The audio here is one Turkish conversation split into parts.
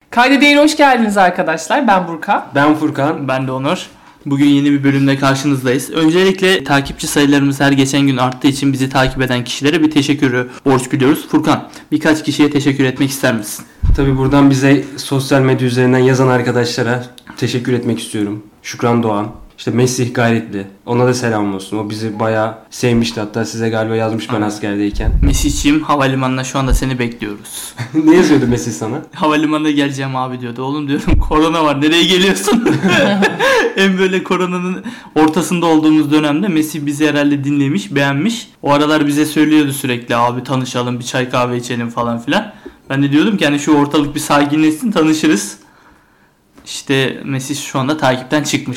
Kayda Değer hoş geldiniz arkadaşlar. Ben Burkan. Ben Furkan. Ben de Onur. Bugün yeni bir bölümle karşınızdayız. Öncelikle takipçi sayılarımız her geçen gün arttığı için bizi takip eden kişilere bir teşekkürü borç biliyoruz. Furkan, birkaç kişiye teşekkür etmek ister misin? Tabii buradan bize sosyal medya üzerinden yazan arkadaşlara teşekkür etmek istiyorum. Şükran Doğan, işte Mesih Gayretli. Ona da selam olsun. O bizi bayağı sevmişti. Hatta size galiba yazmış ben askerdeyken. Mesih'ciğim, havalimanına şu anda seni bekliyoruz. Ne yazıyordu Mesih sana? Havalimanına geleceğim abi diyordu. Oğlum diyorum korona var, nereye geliyorsun? En böyle koronanın ortasında olduğumuz dönemde Mesih bizi herhalde dinlemiş, beğenmiş. O aralar bize söylüyordu sürekli, abi tanışalım, bir çay kahve içelim falan filan. Ben de diyordum ki hani şu ortalık bir sakinleşsin, tanışırız. İşte Mesih şu anda takipten çıkmış.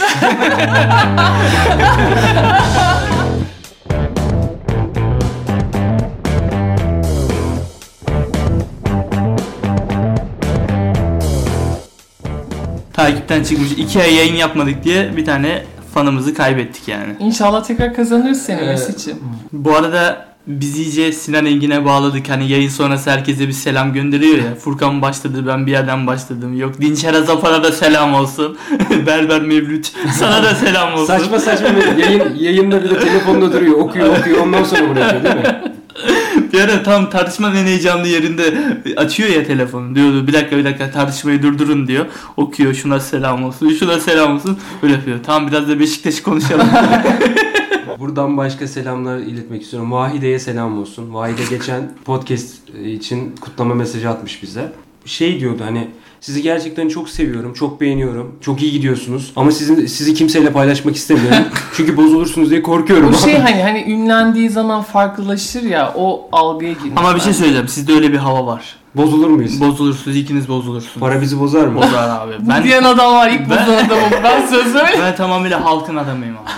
Takipten çıkmış. 2 ay yayın yapmadık diye bir tane fanımızı kaybettik yani. İnşallah tekrar kazanırız seni Mesih'ciğim. Bu arada biz iyice Sinan Engin'e bağladık. Hani yayın sonrası herkese bir selam gönderiyor ya. Furkan başladı, ben bir yerden başladım. Yok Dinçer Azapar'a da selam olsun. Berber Mevlüt sana da selam olsun. Saçma yayında bir de telefonda duruyor. Okuyor ondan sonra bırakıyor değil mi? Bir ara tam tartışmanın en heyecanlı yerinde açıyor ya telefonu. Diyordu bir dakika tartışmayı durdurun diyor. Okuyor, şuna selam olsun, şuna selam olsun. Böyle yapıyor. Tamam biraz da Beşiktaş'ı konuşalım. Buradan başka selamlar iletmek istiyorum. Vahide'ye selam olsun. Vahide geçen podcast için kutlama mesajı atmış bize. Şey diyordu hani sizi gerçekten çok seviyorum, çok beğeniyorum, çok iyi gidiyorsunuz ama sizi kimseyle paylaşmak istemiyorum. Çünkü bozulursunuz diye korkuyorum. Bu şey hani ünlendiği zaman farklılaşır ya, o algıya girmiş. Ama bir şey söyleyeceğim, sizde öyle bir hava var. Bozulur muyuz? Bozulursunuz, ikiniz bozulursunuz. Para bizi bozar mı? Bozar abi. Bu diyen adam var, ilk bozulan adamım. Ben söz veriyorum. Ben tamamıyla halkın adamıyım abi.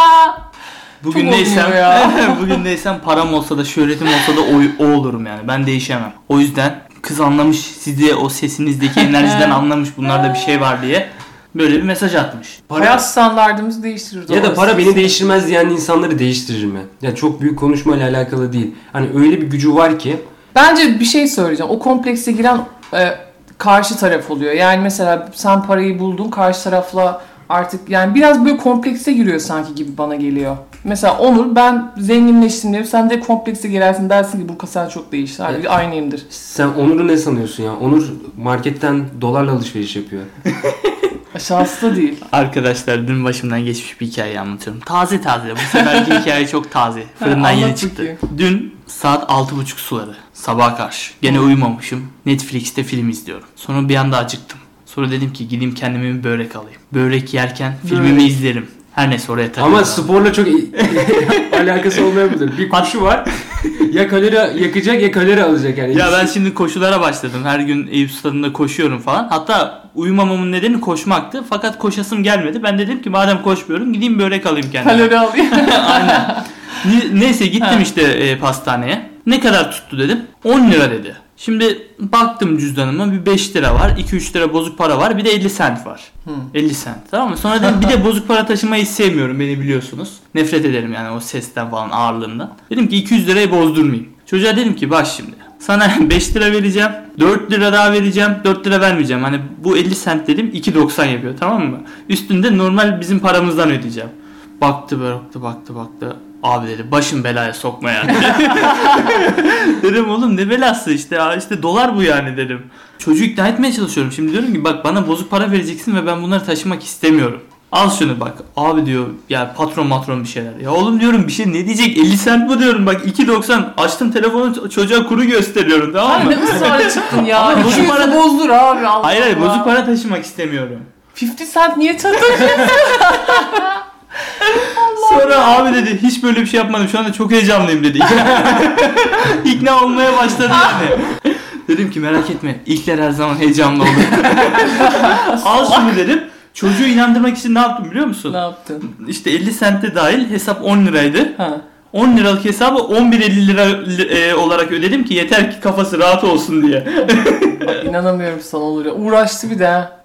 Bugün neysem param olsa da şöhretim olsa da o olurum yani. Ben değişemem. O yüzden kız anlamış, sizi o sesinizdeki enerjiden anlamış bunlarda bir şey var diye böyle bir mesaj atmış. Para standartımızı değiştirir. Ya da para beni değiştirmez diyen insanları değiştirir mi? Ya çok büyük konuşmayla alakalı değil. Hani öyle bir gücü var ki. Bence bir şey söyleyeceğim. O komplekse giren karşı taraf oluyor. Yani mesela sen parayı buldun, karşı tarafla artık yani biraz böyle komplekse giriyor sanki gibi bana geliyor. Mesela Onur, ben zenginleştim derim, sen de komplekse girersin, dersin ki Burka sen çok değişti. Halbuki aynıyımdır. Sen Onur'u ne sanıyorsun ya? Onur marketten dolarla alışveriş yapıyor. Aşağısı da değil. Arkadaşlar dün başımdan geçmiş bir hikaye anlatıyorum. Taze. Bu seferki hikaye çok taze. Fırından yeni çıktı. Bakayım. Dün saat 6.30 suları. Sabaha karşı. Gene uyumamışım. Netflix'te film izliyorum. Sonra bir anda acıktım. Sonra dedim ki gideyim kendime bir börek alayım. Börek yerken filmimi izlerim. Her neyse oraya takıldım. Ama sporla çok alakası olmayabilir. Bir kuşu var. Ya kalori yakacak ya kalori alacak yani. Ya ben şimdi koşulara başladım. Her gün Eyüp Stadı'nda koşuyorum falan. Hatta uyumamamın nedeni koşmaktı. Fakat koşasım gelmedi. Ben dedim ki madem koşmuyorum gideyim börek alayım kendime. Kalori alayım. Aynen. Neyse gittim işte pastaneye. Ne kadar tuttu dedim. 10 lira dedi. Şimdi baktım cüzdanıma, bir 5 lira var, 2-3 lira bozuk para var, bir de 50 sent var. 50 sent, tamam mı? Sonra dedim bir de bozuk para taşımayı sevmiyorum, beni biliyorsunuz. Nefret ederim yani o sesten falan, ağırlığından. Dedim ki 200 lirayı bozdurmayayım. Çocuğa dedim ki bak şimdi sana 5 lira vereceğim, 4 lira daha vereceğim, 4 lira vermeyeceğim. Hani bu 50 sent dedim 2.90 yapıyor, tamam mı? Üstünde normal bizim paramızdan ödeyeceğim. Baktı. Abi dedi başım belaya sokma yani. Dedim oğlum ne belası işte dolar bu yani dedim. Çocuğu ikna etmeye çalışıyorum. Şimdi diyorum ki bak bana bozuk para vereceksin ve ben bunları taşımak istemiyorum. Al şunu bak. Abi diyor ya patron bir şeyler. Ya oğlum diyorum bir şey ne diyecek 50 sent bu diyorum bak 2.90 açtım telefonu çocuğa kuru gösteriyorum tamam mı? Ne ısrarla çıktın ya. Ama bozuk para bozdur abi. Allah hayır Allah. bozuk para taşımak istemiyorum. 50 cent niye çatıyorsun? Sonra abi dedi hiç böyle bir şey yapmadım şu anda çok heyecanlıyım dedi. İkna olmaya başladı yani. Dedim ki merak etme ilkler her zaman heyecanlı olur. Al şunu dedim. Çocuğu inandırmak için ne yaptım biliyor musun? Ne yaptın? İşte 50 sente dahil hesap 10 liraydı. Ha. 10 liralık hesabı 11.50 lira olarak ödedim ki yeter ki kafası rahat olsun diye. İnanamıyorum sana olur ya. Uğraştı bir de ha.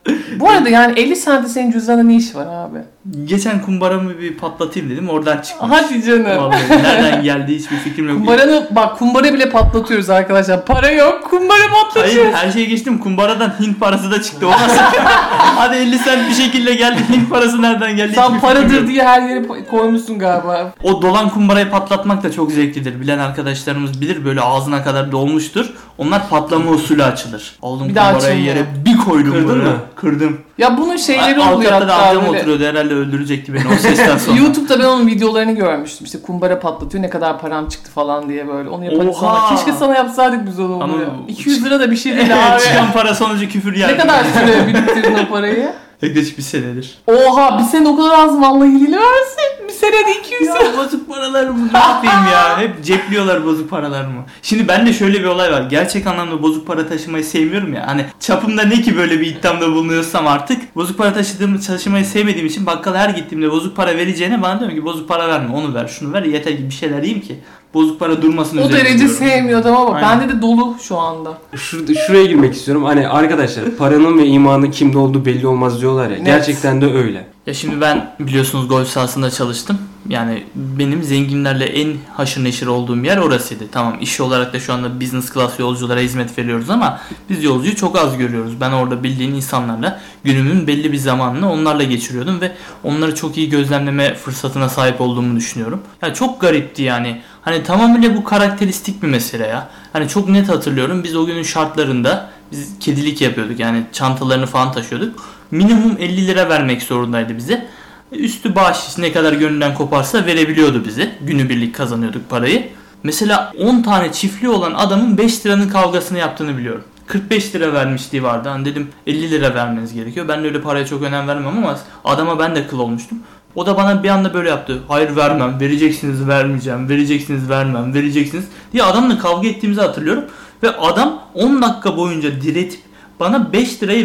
Bu arada yani 50 sente senin cüzdanında ne iş var abi? Geçen kumbaramı bir patlatayım dedim. Oradan çıkmış. Hadi canım. Vallahi nereden geldi hiçbir fikrim yok. Kumbara bile patlatıyoruz arkadaşlar. Para yok, kumbara patlatıyoruz. Hayır, her şeye geçtim. Kumbaradan Hint parası da çıktı. O nasıl? Hadi 50 sent bir şekilde geldi. Hint parası nereden geldi? Sen paradır diye her yere koymuşsun galiba. O dolan kumbarayı patlatmak da çok zevklidir. Bilen arkadaşlarımız bilir. Böyle ağzına kadar dolmuştur. Onlar patlama usulü açılır. Aldım Bir daha kumbarayı açılmıyor. yere bir koydum. Kırdın böyle. mı? Kırdım. Ya bunun şeyleri Alt oluyor katta da hatta amcam böyle. oturuyordu. Herhalde öldürecekti beni o sesten sonra. YouTube'da ben onun videolarını görmüştüm. İşte kumbara patlatıyor, ne kadar param çıktı falan diye böyle. Onu yapan Oha! insanlar. Keşke sana yapsaydık biz onu. Ama ya. 200 lira da bir şey değil abi. Çıkan para sonucu küfür yani. Ne kadar süre biriktirdin o parayı? Yaklaşık bir senedir. Oha, bir sene o kadar az mı, Allah iyiliğini versin. Bir senede 200 lira. Ya bozuk paralarımı ne yapayım ya? Hep cepliyorlar bozuk paralarımı. Şimdi bende şöyle bir olay var. Gerçek anlamda bozuk para taşımayı sevmiyorum ya. Hani çapımda ne ki böyle bir iddiamda bulunuyorsam artık. Bozuk para taşımayı sevmediğim için bakkala her gittiğimde bozuk para vereceğine bana diyorum ki bozuk para verme, onu ver, şunu ver. Yeter ki bir şeyler yiyeyim ki bozuk para durmasın O üzerine derece diyorum. sevmiyordum ama Aynen. bende de dolu şu anda. Şuraya girmek istiyorum. Hani arkadaşlar paranın ve imanın kimde olduğu belli olmaz diyorlar ya. Net. Gerçekten de öyle. Ya şimdi ben biliyorsunuz golf sahasında çalıştım. Yani benim zenginlerle en haşır neşir olduğum yer orasıydı. Tamam, iş olarak da şu anda business class yolculara hizmet veriyoruz ama biz yolcuyu çok az görüyoruz. Ben orada bildiğin insanlarla günümün belli bir zamanını onlarla geçiriyordum ve onları çok iyi gözlemleme fırsatına sahip olduğumu düşünüyorum. Yani çok garipti yani. Hani tamamıyla bu karakteristik bir mesele ya. Hani çok net hatırlıyorum, biz o günün şartlarında biz kedilik yapıyorduk, yani çantalarını falan taşıyorduk. Minimum 50 lira vermek zorundaydı bize. Üstü bahşiş ne kadar gönlünden koparsa verebiliyordu bize. Günübirlik kazanıyorduk parayı. Mesela 10 tane çiftliği olan adamın 5 liranın kavgasını yaptığını biliyorum. 45 lira vermişliği vardı. Hani dedim 50 lira vermeniz gerekiyor. Ben de öyle paraya çok önem vermem ama adama ben de kıl olmuştum. O da bana bir anda böyle yaptı. Hayır vermem, vereceksiniz vermeyeceğim, vereceksiniz vermem, vereceksiniz diye adamla kavga ettiğimizi hatırlıyorum. Ve adam 10 dakika boyunca diretip bana 5 lirayı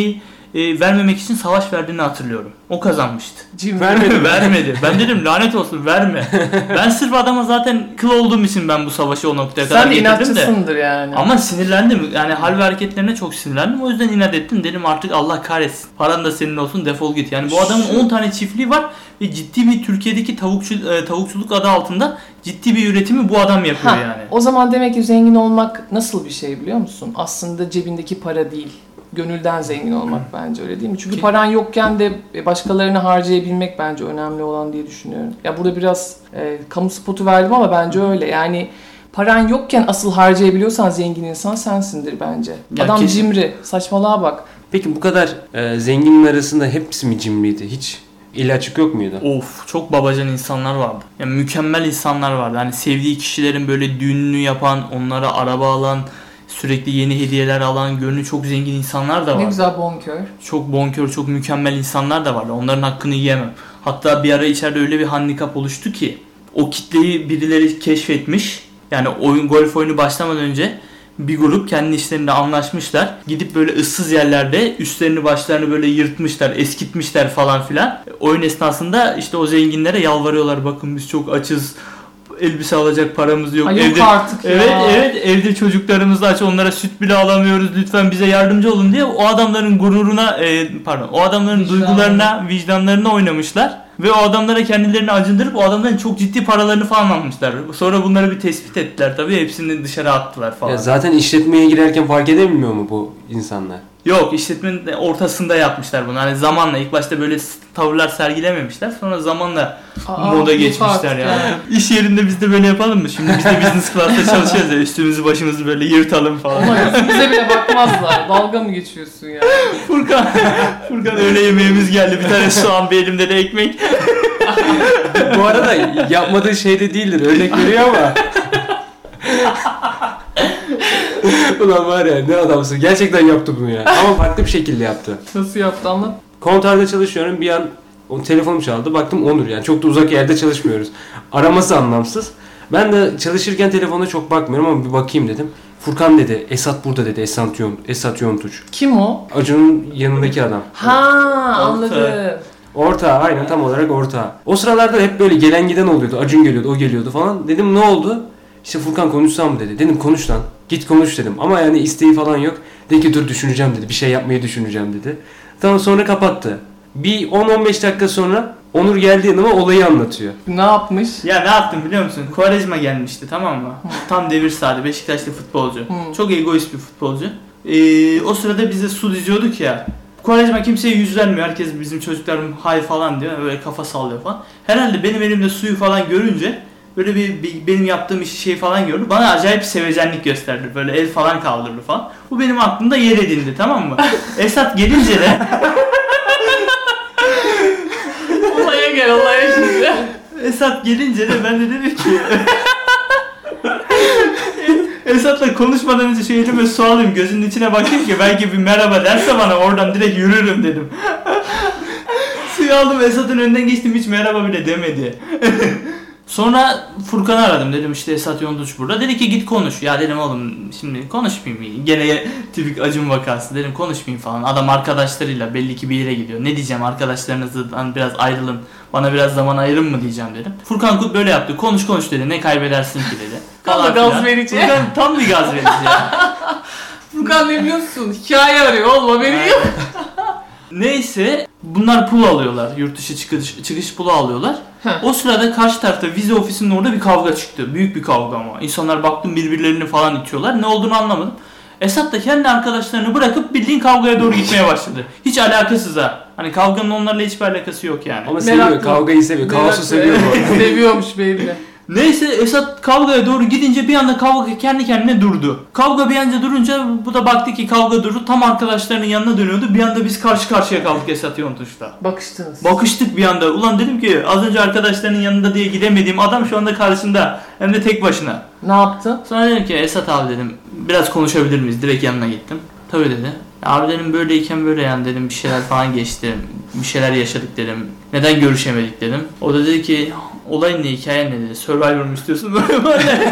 vermemek için savaş verdiğini hatırlıyorum. O kazanmıştı. Vermedi. Ben dedim lanet olsun verme. Ben sırf adama zaten kıl olduğum için ben bu savaşı o noktaya kadar Sen de getirdim de. inatçısındır yani. Ama sinirlendim. Yani hal ve hareketlerine çok sinirlendim. O yüzden inat ettim. Dedim artık Allah kahretsin. Paran da senin olsun, defol git. Yani bu adamın 10 tane çiftliği var ve ciddi bir Türkiye'deki tavukçuluk adı altında ciddi bir üretimi bu adam yapıyor yani. O zaman demek ki zengin olmak nasıl bir şey biliyor musun? Aslında cebindeki para değil. Gönülden zengin olmak bence, öyle değil mi? Çünkü paran yokken de başkalarını harcayabilmek bence önemli olan diye düşünüyorum. Ya burada biraz kamu spotu verdim ama bence öyle. Yani paran yokken asıl harcayabiliyorsan zengin insan sensindir bence. Ya Adam kesin. cimri. Saçmalığa bak. Peki bu kadar zenginin arasında hepsi mi cimriydi? Hiç ilaçık yok muydu? Of, çok babacan insanlar vardı. Yani mükemmel insanlar vardı. Hani sevdiği kişilerin böyle düğününü yapan, onlara araba alan, sürekli yeni hediyeler alan, gönlü çok zengin insanlar da vardı. Ne güzel bonkör. Çok bonkör, çok mükemmel insanlar da vardı. Onların hakkını yiyemem. Hatta bir ara içeride öyle bir handikap oluştu ki o kitleyi birileri keşfetmiş. Yani golf oyunu başlamadan önce bir grup kendi işlerinde anlaşmışlar. Gidip böyle ıssız yerlerde üstlerini başlarını böyle yırtmışlar, eskitmişler falan filan. Oyun esnasında işte o zenginlere yalvarıyorlar. Bakın biz çok açız. Elbise alacak paramız yok. Ay yok Evde, artık ya. Evet, evde çocuklarımız da aç, onlara süt bile alamıyoruz. Lütfen bize yardımcı olun diye o adamların gururuna o adamların duygularına, vicdanlarına oynamışlar. Ve o adamlara kendilerini acındırıp o adamların çok ciddi paralarını falan almışlar. Sonra bunları bir tespit ettiler tabii. Hepsini dışarı attılar falan. Ya zaten işletmeye girerken fark edemiyor mu bu insanlar? Yok, işletmenin ortasında yapmışlar bunu. Hani zamanla ilk başta böyle tavırlar sergilememişler. Sonra zamanla moda geçmişler yani. İş yerinde biz de böyle yapalım mı? Şimdi biz de business class'ta çalışıyoruz ya, üstümüzü başımızı böyle yırtalım falan. Ama bize bile bakmazlar. Dalga mı geçiyorsun ya? Furkan öğle yemeğimiz geldi. Bir tane soğan, bir elimde de ekmek. Bu arada yapmadığı şey de değildir. Örnek veriyor ama. Ulan var ya, ne adamsın. Gerçekten yaptı bunu ya. Ama farklı bir şekilde yaptı. Nasıl yaptı, anlat. Kontarda çalışıyorum. Bir an o telefonum çaldı. Baktım Onur, yani çok da uzak yerde çalışmıyoruz. Araması anlamsız. Ben de çalışırken telefona çok bakmıyorum ama bir bakayım dedim. Furkan dedi. Esat burada dedi. Esat Yontuç. Kim o? Acun'un yanındaki adam. Ha, anladım. Ortağı, aynen, tam olarak ortağı. O sıralarda hep böyle gelen giden oluyordu. Acun geliyordu, o geliyordu falan. Dedim ne oldu? İşte Furkan konuşsam mı dedi. Dedim konuş lan. Git konuş dedim. Ama yani isteği falan yok. Dedi ki dur düşüneceğim dedi. Bir şey yapmayı düşüneceğim dedi. Tamam, sonra kapattı. Bir 10-15 dakika sonra Onur geldi yanıma, olayı anlatıyor. Ne yapmış? Ya ne yaptım biliyor musun? Quaresma gelmişti, tamam mı? Tam devir saati, Beşiktaşlı futbolcu. Çok egoist bir futbolcu. O sırada biz de su diziyorduk ya. Quaresma kimseye yüz vermiyor. Herkes bizim çocuklarım hay falan diyor. Böyle kafa sallıyor falan. Herhalde benim elimde suyu falan görünce böyle bir benim yaptığım işi şey falan gördü. Bana acayip sevecenlik gösterdi. Böyle el falan kaldırdı falan. Bu benim aklımda yer edindi, tamam mı? Esat gelince de Olaya şimdi. Esat gelince de ben de dedim ki Esat'la konuşmadan önce şu elime su alayım, gözünün içine bakayım ki belki bir merhaba derse bana oradan direkt yürürüm dedim. Suyu aldım, Esat'ın önünden geçtim, hiç merhaba bile demedi. Sonra Furkan'ı aradım, dedim işte Esat Yontuç burada. Dedi ki git konuş. Ya dedim oğlum şimdi konuşmayayım. Gene tipik Acun vakası, dedim konuşmayayım falan. Adam arkadaşlarıyla belli ki bir yere gidiyor. Ne diyeceğim, arkadaşlarınızdan biraz ayrılın, bana biraz zaman ayırın mı diyeceğim dedim. Furkan böyle yaptı, konuş dedi, ne kaybedersin ki dedi. Tam da gaz verici. Furkan tam bir gaz verici ya. Furkan ne biliyorsun? Hikaye arıyor oğlum, haberi yok. Neyse bunlar pul alıyorlar. Yurt dışı çıkış pulu alıyorlar. O sırada karşı tarafta vize ofisinin orada bir kavga çıktı. Büyük bir kavga ama. İnsanlar baktım birbirlerini falan itiyorlar. Ne olduğunu anlamadım. Esat da kendi arkadaşlarını bırakıp bildiğin kavgaya doğru gitmeye başladı. Hiç alakasız ha. Hani kavganın onlarla hiçbir alakası yok yani. Ama seviyor, kavgayı seviyor. Kaosu seviyor bu arada. Seviyormuş belli. Neyse Esat kavgaya doğru gidince bir anda kavga kendi kendine durdu. Kavga bir anda durunca bu da baktı ki kavga durdu. Tam arkadaşlarının yanına dönüyordu. Bir anda biz karşı karşıya kaldık Esat Yontuş'ta. Bakıştınız. Bakıştık bir anda. Ulan dedim ki az önce arkadaşlarının yanında diye gidemediğim adam şu anda karşında. Hem de tek başına. Ne yaptın? Sonra dedim ki Esat abi dedim biraz konuşabilir miyiz? Direkt yanına gittim. Tabii dedi. Abi dedim böyleyken böyle yani dedim bir şeyler falan geçti. Bir şeyler yaşadık dedim. Neden görüşemedik dedim. O da dedi ki olay ne, hikayen ne dedi. Survivor mu istiyorsun böyle böyle.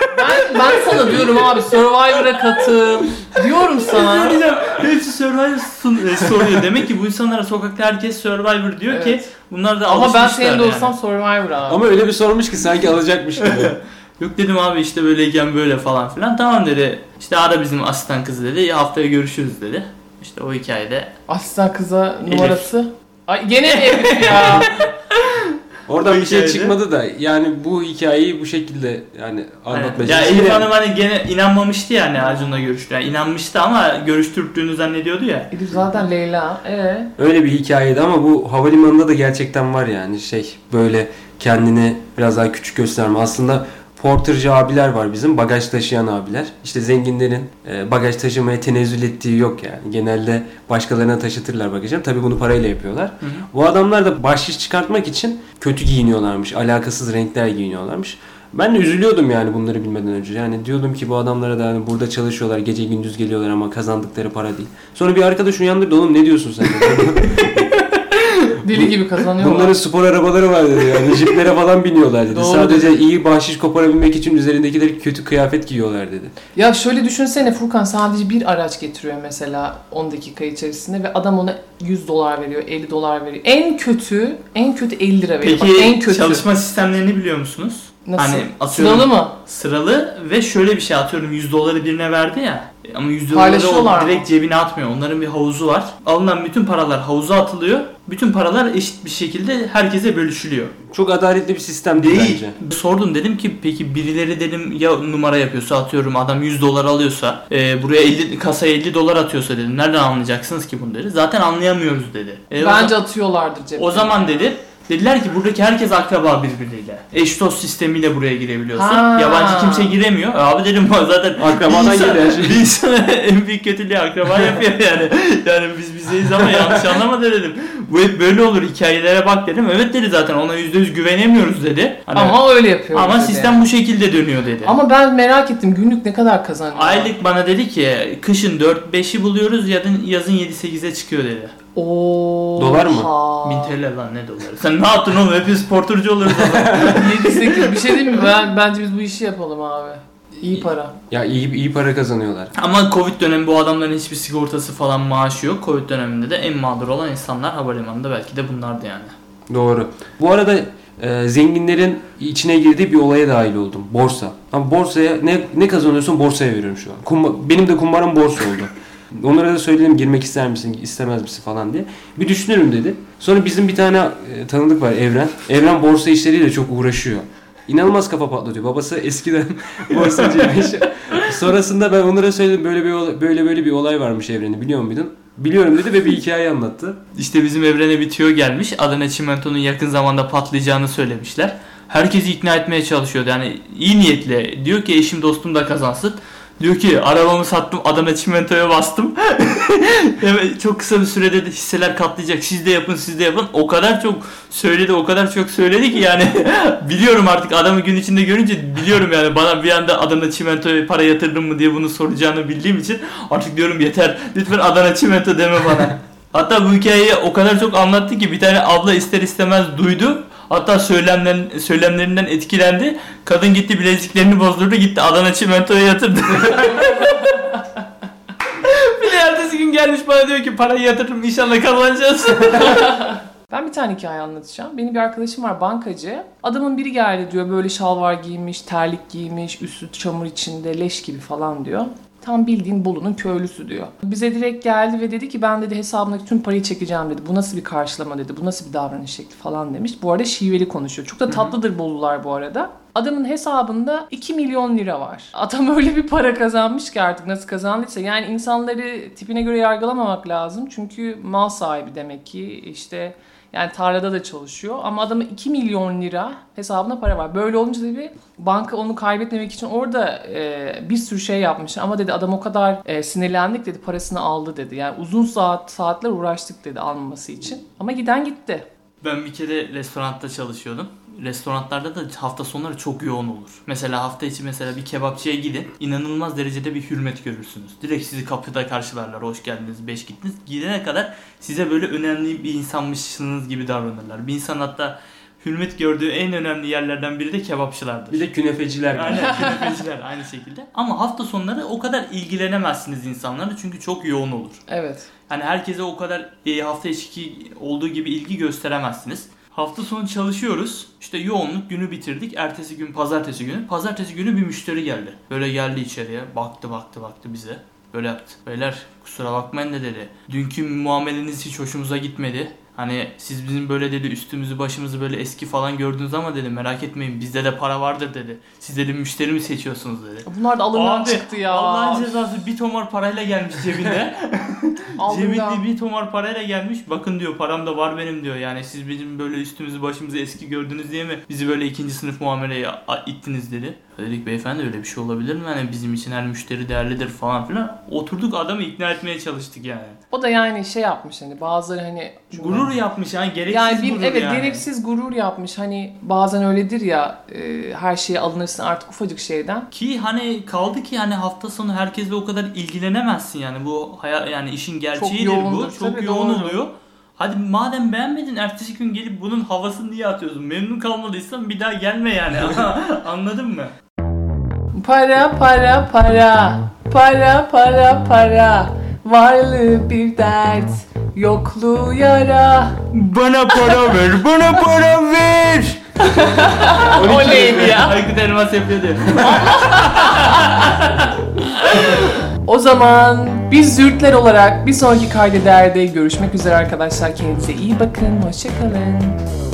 ben sana diyorum abi Survivor'a katıl. Diyorum sana. Hepsi Survivor soruyor. Demek ki bu insanlara sokakta herkes Survivor diyor ki bunlar da alışmışlar. Ama ben senin de yani. olsam Survivor abi. Ama öyle bir sormuş ki sanki alacakmış gibi. Yok dedim abi işte böyleyken böyle falan filan. Tamam dedi. İşte ara bizim asistan kızı dedi. Haftaya görüşürüz dedi. İşte o hikayede. Asistan kıza numarası. Ay gene mi Elif ya? Oradan bir şey çıkmadı da yani bu hikayeyi bu şekilde yani anlatmaya çalışıyor. Ya Elif Hanım hani gene inanmamıştı yani Acun'la görüştü. Yani inanmıştı ama görüştürdüğünü zannediyordu ya. Elif zaten Leyla. Öyle bir hikayeydi ama bu havalimanında da gerçekten var yani böyle kendini biraz daha küçük gösterme. Aslında porterci abiler var bizim, bagaj taşıyan abiler. İşte zenginlerin bagaj taşımaya tenezzül ettiği yok yani. Genelde başkalarına taşıtırlar bagajını. Tabii bunu parayla yapıyorlar. Hı hı. Bu adamlar da bahşiş çıkartmak için kötü giyiniyorlarmış. Alakasız renkler giyiniyorlarmış. Ben de üzülüyordum yani bunları bilmeden önce. Yani diyordum ki bu adamlara da hani burada çalışıyorlar, gece gündüz geliyorlar ama kazandıkları para değil. Sonra bir arkadaş uyandırdı, oğlum ne diyorsun sen? Deli gibi kazanıyorlar. Bunların spor arabaları var dedi yani. Jiplere falan biniyorlar dedi. Doğru sadece dedi. İyi bahşiş koparabilmek için üzerindekileri kötü kıyafet giyiyorlar dedi. Ya şöyle düşünsene Furkan, sadece bir araç getiriyor mesela 10 dakika içerisinde ve adam ona $100 veriyor, $50 veriyor. En kötü 50 lira veriyor. Peki bak, en kötü. Çalışma sistemlerini biliyor musunuz? Nasıl? Hani sıralı mı? Sıralı ve şöyle bir şey, atıyorum $100 birine verdi ya. Ama $100'ları direkt cebine atmıyor. Onların bir havuzu var. Alınan bütün paralar havuza atılıyor. Bütün paralar eşit bir şekilde herkese bölüşülüyor. Çok adaletli bir sistem değil bence. Sordum, dedim ki peki birileri dedim ya numara yapıyorsa, atıyorum adam $100 alıyorsa buraya kasaya $50 atıyorsa dedim nereden anlayacaksınız ki bunu dedi. Zaten anlayamıyoruz dedi. Bence atıyorlardır cebine. O zaman dedi dediler ki buradaki herkes akraba birbiriyle. Eş dost sistemiyle buraya girebiliyorsun. Yabancı kimse giremiyor. Abi dedim zaten akrabadan geliyor. Bir insana en büyük kötülüğü akraba yapıyor yani. Yani biz bizeyiz ama yanlış anlama dedim. Bu hep böyle olur, hikayelere bak dedim. Evet dedi, zaten ona %100 güvenemiyoruz dedi. Hani, ama öyle yapıyor. Ama sistem yani bu şekilde dönüyor dedi. Ama ben merak ettim, günlük ne kadar kazanıyor? Aylık bana dedi ki kışın 4-5'i buluyoruz, yazın 7-8'e çıkıyor dedi. Dolar mı? 1000 TL lan, ne doları? Sen ne yaptın oğlum? Hepimiz sporturcu oluruz o zaman. 7-8 bir şey değil mi? Bence biz bu işi yapalım abi. İyi para. Ya iyi para kazanıyorlar. Ama Covid dönemi bu adamların hiçbir sigortası falan, maaşı yok. Covid döneminde de en mağdur olan insanlar havalimanında belki de bunlardı yani. Doğru. Bu arada zenginlerin içine girdiği bir olaya dahil oldum. Borsa. Ama borsaya ne kazanıyorsun borsaya veriyorum şu an. Benim de kumbaram borsa oldu. Onlara da söyledim girmek ister misin, istemez misin falan diye. Bir düşünürüm dedi. Sonra bizim bir tane tanıdık var Evren. Evren borsa işleriyle çok uğraşıyor. İnanılmaz kafa patlatıyor. Babası eskiden borsacıymış. Sonrasında ben onlara söyledim böyle bir olay varmış Evren'i biliyor muydun? Biliyorum dedi ve bir hikaye anlattı. İşte bizim Evren'e bir tüyo gelmiş. Adana Çimento'nun yakın zamanda patlayacağını söylemişler. Herkesi ikna etmeye çalışıyordu. Yani iyi niyetle. Diyor ki eşim dostum da kazansın. Diyor ki arabamı sattım Adana Çimento'ya bastım. Çok kısa bir sürede de hisseler katlayacak. Siz de yapın. O kadar çok söyledi ki yani biliyorum artık adamı gün içinde görünce biliyorum yani bana bir anda Adana Çimento'ya para yatırdın mı diye bunu soracağını bildiğim için artık diyorum yeter lütfen Adana Çimento deme bana. Hatta bu hikayeyi o kadar çok anlattı ki bir tane abla ister istemez duydu. Hatta söylemlerinden etkilendi. Kadın gitti bileziklerini bozdurdu gitti Adana Çimento'ya yatırdı. Bir de ertesi gün gelmiş bana diyor ki parayı yatırdım inşallah kazanacağız. Ben bir tane hikaye anlatacağım. Benim bir arkadaşım var bankacı. Adamın biri geldi diyor böyle şalvar giymiş, terlik giymiş, üstü çamur içinde leş gibi falan diyor. Tam bildiğin Bolu'nun köylüsü diyor. Bize direkt geldi ve dedi ki ben dedi hesabımdaki tüm parayı çekeceğim dedi. Bu nasıl bir karşılama dedi. Bu nasıl bir davranış şekli falan demiş. Bu arada şiveli konuşuyor. Çok da tatlıdır Bolular bu arada. Adamın hesabında 2 milyon lira var. Adam öyle bir para kazanmış ki artık nasıl kazandıysa. Yani insanları tipine göre yargılamamak lazım. Çünkü mal sahibi demek ki işte yani tarlada da çalışıyor. Ama adamın 2 milyon lira hesabına para var. Böyle olunca tabii banka onu kaybetmemek için orada bir sürü şey yapmış. Ama dedi adam o kadar sinirlendik dedi parasını aldı dedi. Yani uzun saatler uğraştık dedi almaması için. Ama giden gitti. Ben bir kere restoranda çalışıyordum. Restoranlarda da hafta sonları çok yoğun olur. Mesela hafta içi bir kebapçıya gidin. İnanılmaz derecede bir hürmet görürsünüz. Direkt sizi kapıda karşılarlar. Hoş geldiniz, beş gittiniz. Gidene kadar size böyle önemli bir insanmışsınız gibi davranırlar. Bir insan hatta hürmet gördüğü en önemli yerlerden biri de kebapçılardır. Bir de künefeciler. Aynen künefeciler aynı şekilde. Ama hafta sonları o kadar ilgilenemezsiniz insanlarla çünkü çok yoğun olur. Evet. Hani herkese o kadar hafta içi olduğu gibi ilgi gösteremezsiniz. Hafta sonu çalışıyoruz. İşte yoğunluk günü bitirdik. Ertesi gün pazartesi günü. Pazartesi günü bir müşteri geldi. Böyle geldi içeriye. Baktı bize. Böyle yaptı. Beyler kusura bakmayın da dedi. Dünkü muameleniz hiç hoşumuza gitmedi. Hani siz bizim böyle dedi üstümüzü başımızı böyle eski falan gördünüz ama dedi merak etmeyin bizde de para vardır dedi. Siz dedi müşteri mi seçiyorsunuz dedi. Bunlar da alından çıktı ya. Allah'ın cezası bir tomar parayla gelmiş cebinde. Cebinde bir tomar parayla gelmiş. Bakın diyor param da var benim diyor. Yani siz bizim böyle üstümüzü başımızı eski gördünüz diye mi bizi böyle ikinci sınıf muameleye ittiniz dedi. Dedik beyefendi öyle bir şey olabilir mi? Yani bizim için her müşteri değerlidir falan filan. Oturduk adamı ikna etmeye çalıştık yani. O da yani şey yapmış hani bazıları hani gurur yapmış yani gereksiz gurur evet, yani. Gereksiz gurur yapmış. Hani bazen öyledir ya her şeye alınırsın artık ufacık şeyden. Ki hani kaldı ki hani hafta sonu herkesle o kadar ilgilenemezsin yani bu yani işin gerçeğidir bu. Çok yoğun oluyor. Hadi madem beğenmedin ertesi gün gelip bunun havasını niye atıyorsun? Memnun kalmalıysan bir daha gelme yani. Anladın mı? Para. Varlığı bir dert, yokluğu yara. Bana para ver. O neydi ya? Aykut Elmas yapıyordu. O zaman biz Zürtler olarak bir sonraki kaydederde görüşmek üzere arkadaşlar. Kendinize iyi bakın. Hoşçakalın.